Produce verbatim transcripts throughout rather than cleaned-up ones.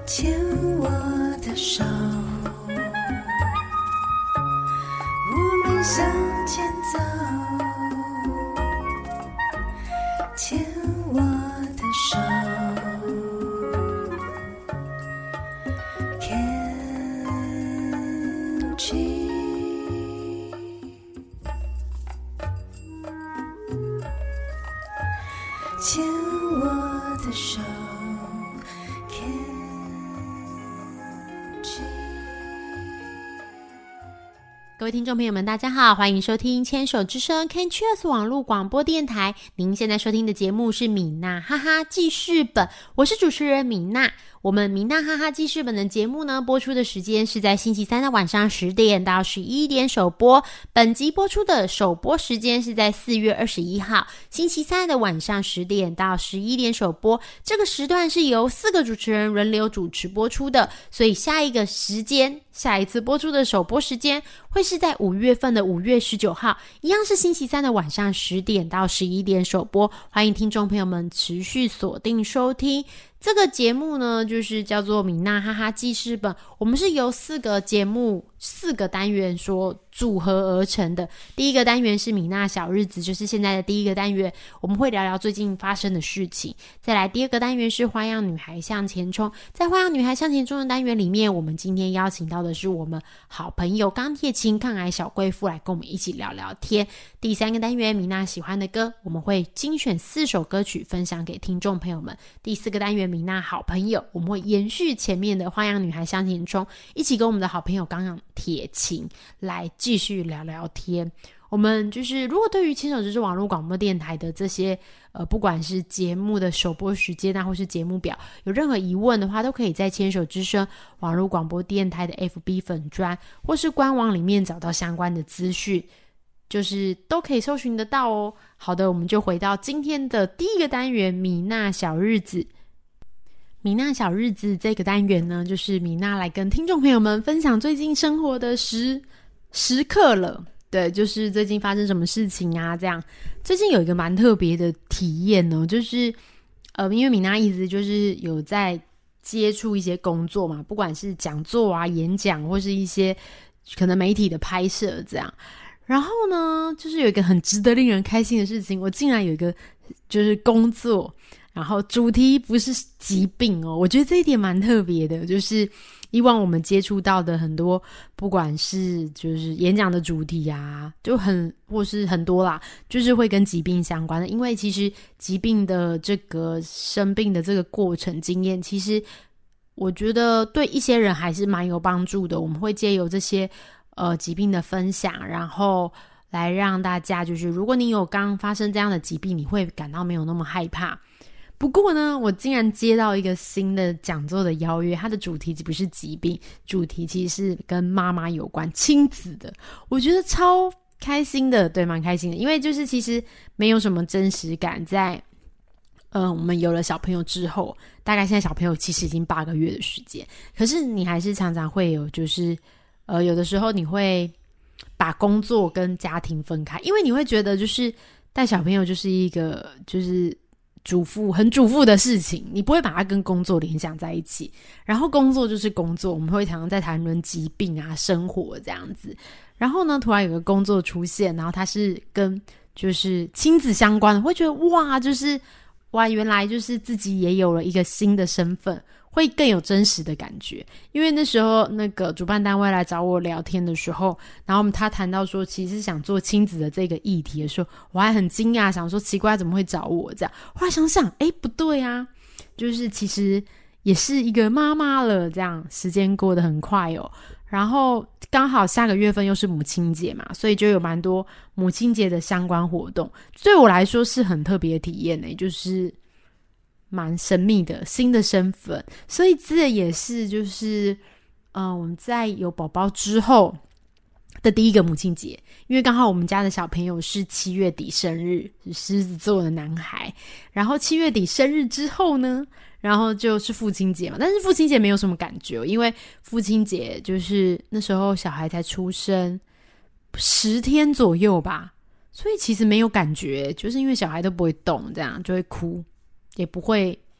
牵我的手，我们向前走，牵我的手，牵起牵我的手， 各位听众朋友们大家好，欢迎收听牵手之声 Can Cheers 网络广播电台。您现在收听的节目是米娜哈哈记事本，我是主持人米娜。我们米娜哈哈记事本的节目呢，播出的时间是在星期三的晚上十点到十一点首播。本集播出的首播时间是在四月二十一号星期三的晚上十点到十一点首播。这个时段是由四个主持人轮流主持播出的，所以下一个时间下一次播出的首播时间会是在五月份的五月十九号，一样是星期三的晚上十点到十一点首播。欢迎听众朋友们持续锁定收听。这个节目呢，就是叫做米娜哈哈记事本，我们是由四个节目四个单元所组合而成的。第一个单元是米娜小日子，就是现在的第一个单元，我们会聊聊最近发生的事情。再来第二个单元是花样女孩向前冲，在花样女孩向前冲的单元里面，我们今天邀请到的是我们好朋友钢铁青抗癌小贵妇来跟我们一起聊聊天。第三个单元米娜喜欢的歌，我们会精选四首歌曲分享给听众朋友们。第四个单元米娜好朋友，我们会延续前面的花样女孩向前冲，一起跟我们的好朋友钢铁青来继续聊聊天。我们就是如果对于牵手之声网络广播电台的这些呃，不管是节目的首播时间啊，或是节目表有任何疑问的话，都可以在牵手之声网络广播电台的 F B 粉专或是官网里面找到相关的资讯，就是都可以搜寻得到哦。好的，我们就回到今天的第一个单元米娜小日子。米娜小日子这个单元呢，就是米娜来跟听众朋友们分享最近生活的时时刻了。对，就是最近发生什么事情啊这样。最近有一个蛮特别的体验哦，就是呃，因为米娜一直就是有在接触一些工作嘛，不管是讲座啊、演讲或是一些可能媒体的拍摄这样。然后呢，就是有一个很值得令人开心的事情，我竟然有一个就是工作，然后主题不是疾病哦，我觉得这一点蛮特别的，就是以往我们接触到的很多，不管是就是演讲的主题啊，就很或是很多啦，就是会跟疾病相关的。因为其实疾病的这个生病的这个过程经验，其实我觉得对一些人还是蛮有帮助的。我们会借由这些呃疾病的分享，然后来让大家就是如果你有刚发生这样的疾病，你会感到没有那么害怕。不过呢，我竟然接到一个新的讲座的邀约，它的主题不是疾病，主题其实是跟妈妈有关，亲子的。我觉得超开心的，对，蛮开心的。因为就是其实没有什么真实感在呃，我们有了小朋友之后，大概现在小朋友其实已经八个月的时间，可是你还是常常会有就是呃，有的时候你会把工作跟家庭分开，因为你会觉得就是带小朋友就是一个就是主妇很主妇的事情，你不会把它跟工作联想在一起，然后工作就是工作，我们会常常在谈论疾病啊、生活这样子。然后呢，突然有个工作出现，然后它是跟就是亲子相关的，会觉得哇，就是哇，原来就是自己也有了一个新的身份，会更有真实的感觉。因为那时候那个主办单位来找我聊天的时候，然后他谈到说其实想做亲子的这个议题的时候，我还很惊讶，想说奇怪怎么会找我这样。后来想想诶不对啊，就是其实也是一个妈妈了，这样时间过得很快哦。然后刚好下个月份又是母亲节嘛，所以就有蛮多母亲节的相关活动，对我来说是很特别的体验耶，就是蛮神秘的新的身份。所以这也是就是呃，我们在有宝宝之后的第一个母亲节，因为刚好我们家的小朋友是七月底生日，是狮子座的男孩，然后七月底生日之后呢，然后就是父亲节嘛。但是父亲节没有什么感觉，因为父亲节就是那时候小孩才出生十天左右吧，所以其实没有感觉，就是因为小孩都不会动，这样就会哭，也不会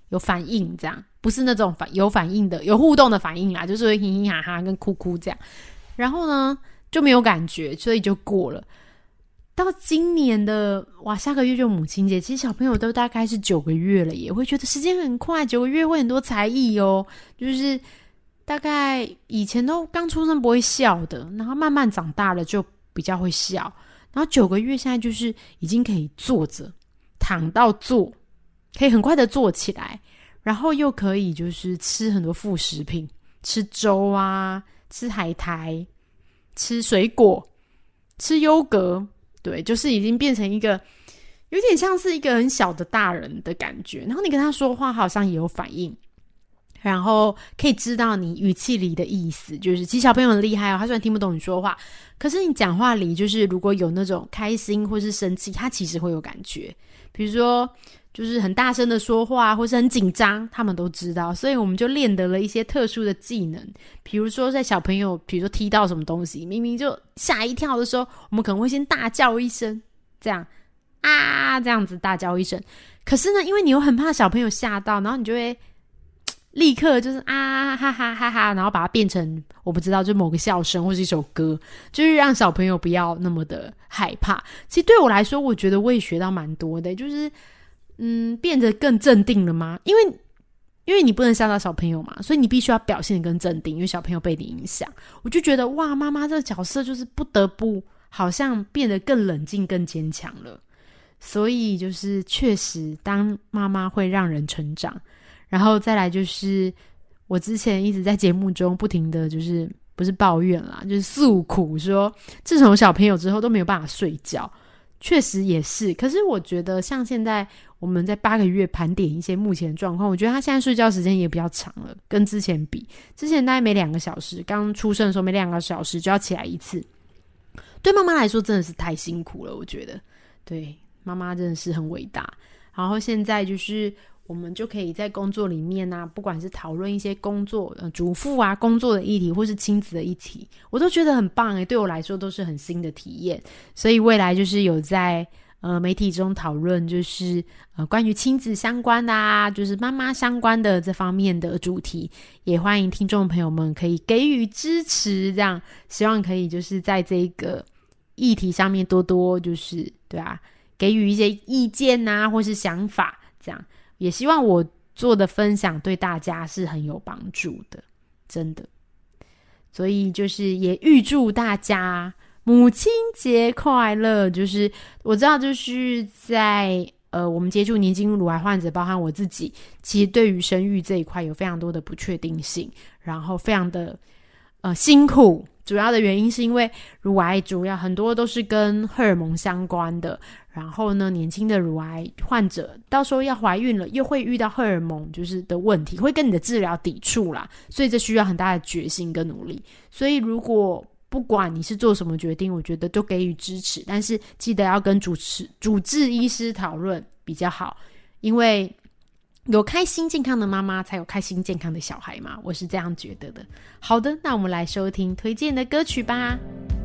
有反应，这样不是那种反有反应的有互动的反应啦，就是会嘻嘻哈哈跟哭哭这样。然后呢就没有感觉，所以就过了。到今年的哇，下个月就母亲节，其实小朋友都大概是九个月了，也会觉得时间很快，九个月会很多才艺哦，就是大概以前都刚出生不会笑的，然后慢慢长大了就比较会笑，然后九个月现在就是已经可以坐着躺到坐，可以很快的坐起来，然后又可以就是吃很多副食品，吃粥啊，吃海苔，吃水果，吃优格，对，就是已经变成一个有点像是一个很小的大人的感觉，然后你跟他说话好像也有反应，然后可以知道你语气里的意思，就是其实小朋友很厉害哦，他虽然听不懂你说话，可是你讲话里就是如果有那种开心或是生气，他其实会有感觉，比如说就是很大声的说话或是很紧张，他们都知道，所以我们就练得了一些特殊的技能，比如说在小朋友比如说踢到什么东西明明就吓一跳的时候，我们可能会先大叫一声，这样啊这样子大叫一声，可是呢因为你又很怕小朋友吓到，然后你就会立刻就是啊哈哈哈哈，然后把它变成我不知道就某个笑声或是一首歌，就是让小朋友不要那么的害怕。其实对我来说我觉得我也学到蛮多的，就是嗯变得更镇定了吗？因为因为你不能吓到小朋友嘛，所以你必须要表现得更镇定，因为小朋友被你影响。我就觉得哇，妈妈这个角色就是不得不好像变得更冷静更坚强了，所以就是确实当妈妈会让人成长。然后再来就是我之前一直在节目中不停的就是不是抱怨啦，就是诉苦说自从有小朋友之后都没有办法睡觉，确实也是。可是我觉得像现在我们在八个月盘点一些目前的状况，我觉得他现在睡觉时间也比较长了，跟之前比，之前大概每两个小时，刚出生的时候每两个小时就要起来一次，对妈妈来说真的是太辛苦了，我觉得对妈妈真的是很伟大。然后现在就是我们就可以在工作里面啊，不管是讨论一些工作呃主妇啊工作的议题或是亲子的议题，我都觉得很棒耶，对我来说都是很新的体验。所以未来就是有在呃媒体中讨论就是呃关于亲子相关的啊，就是妈妈相关的这方面的主题，也欢迎听众朋友们可以给予支持，这样希望可以就是在这个议题上面多多就是对啊给予一些意见啊或是想法，这样也希望我做的分享对大家是很有帮助的，真的。所以就是也预祝大家母亲节快乐。就是我知道就是在呃我们接触年轻乳癌患者，包含我自己，其实对于生育这一块有非常多的不确定性，然后非常的呃辛苦。主要的原因是因为乳癌主要很多都是跟荷尔蒙相关的，然后呢年轻的乳癌患者到时候要怀孕了又会遇到荷尔蒙就是的问题，会跟你的治疗抵触啦，所以这需要很大的决心跟努力。所以如果不管你是做什么决定，我觉得都给予支持，但是记得要跟主持主治医师讨论比较好，因为有开心健康的妈妈才有开心健康的小孩嘛，我是这样觉得的。好的，那我们来收听推荐的歌曲吧。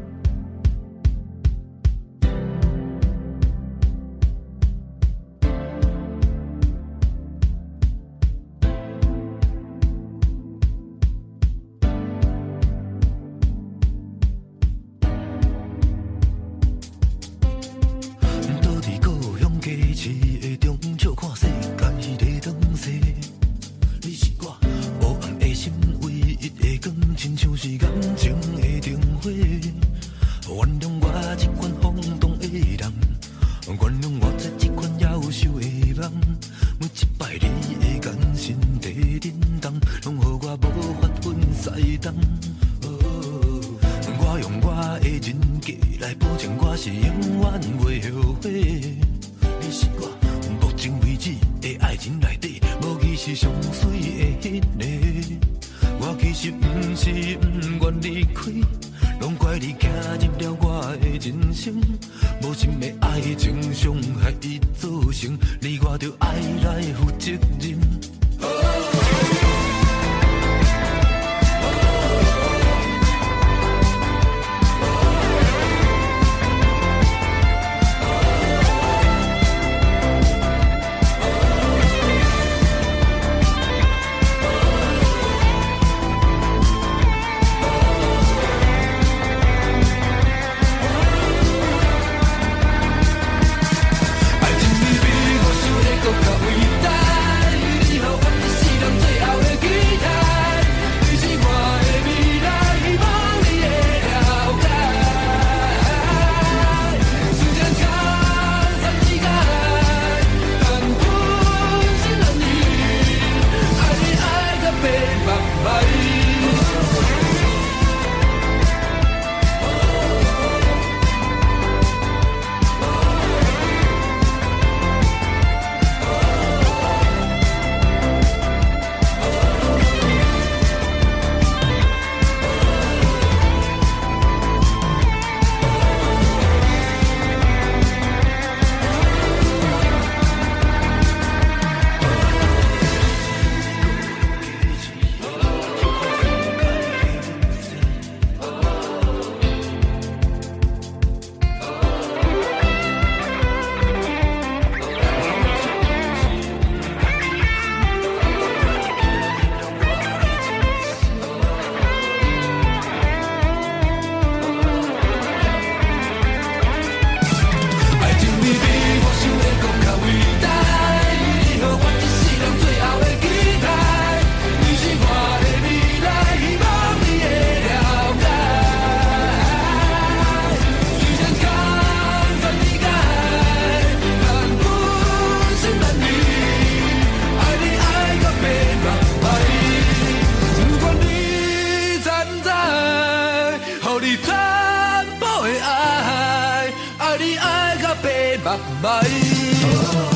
亲像是感情的灯火，原谅我这款放荡的人，原谅我这这款夭寿的梦。每一摆你的眼神在震动，拢予我无法分西东。我用我的人格来保证我是永远袂后悔。你是我目前为止的爱情内底，无疑是上水的迄个。我其实不是不愿离开，拢怪你走入了我的人生，无心的爱情伤害已造成，你我着爱来负责任。 白目睭。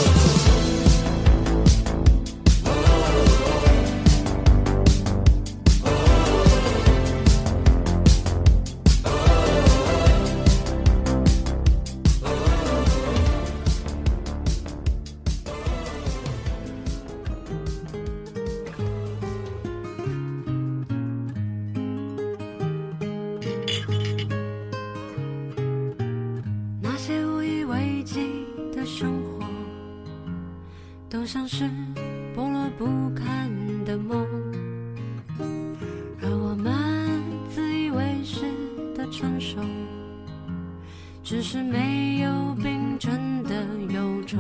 都像是剥落不堪的梦，而我们自以为是的成熟，只是没有冰镇的忧愁。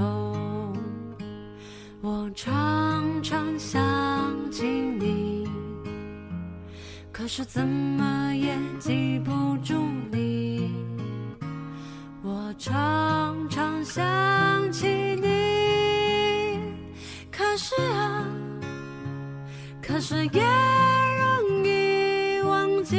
我常常想起你，可是怎么也记不住你。我常常想起你，可是啊，可是也容易忘记。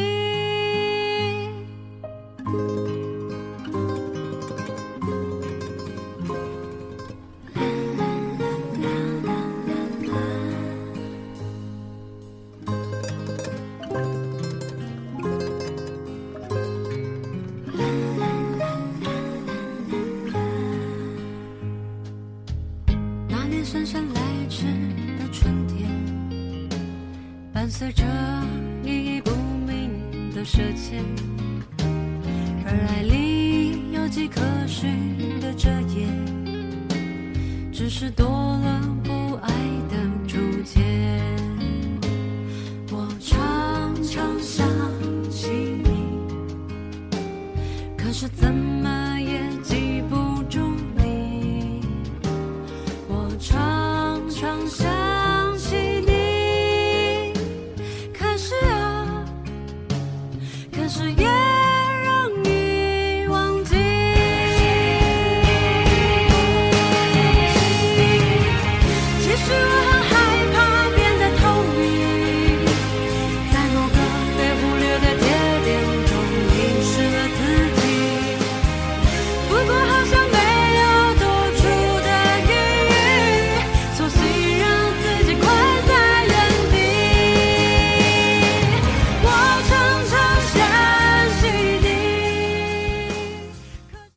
那年姗姗来迟的春天，伴随着意义不明的赊欠，而爱里有迹可循的遮掩，只是多了不爱的竹签。我常常想起你，可是怎么也记不住你。我常常想起你，可是啊，可是也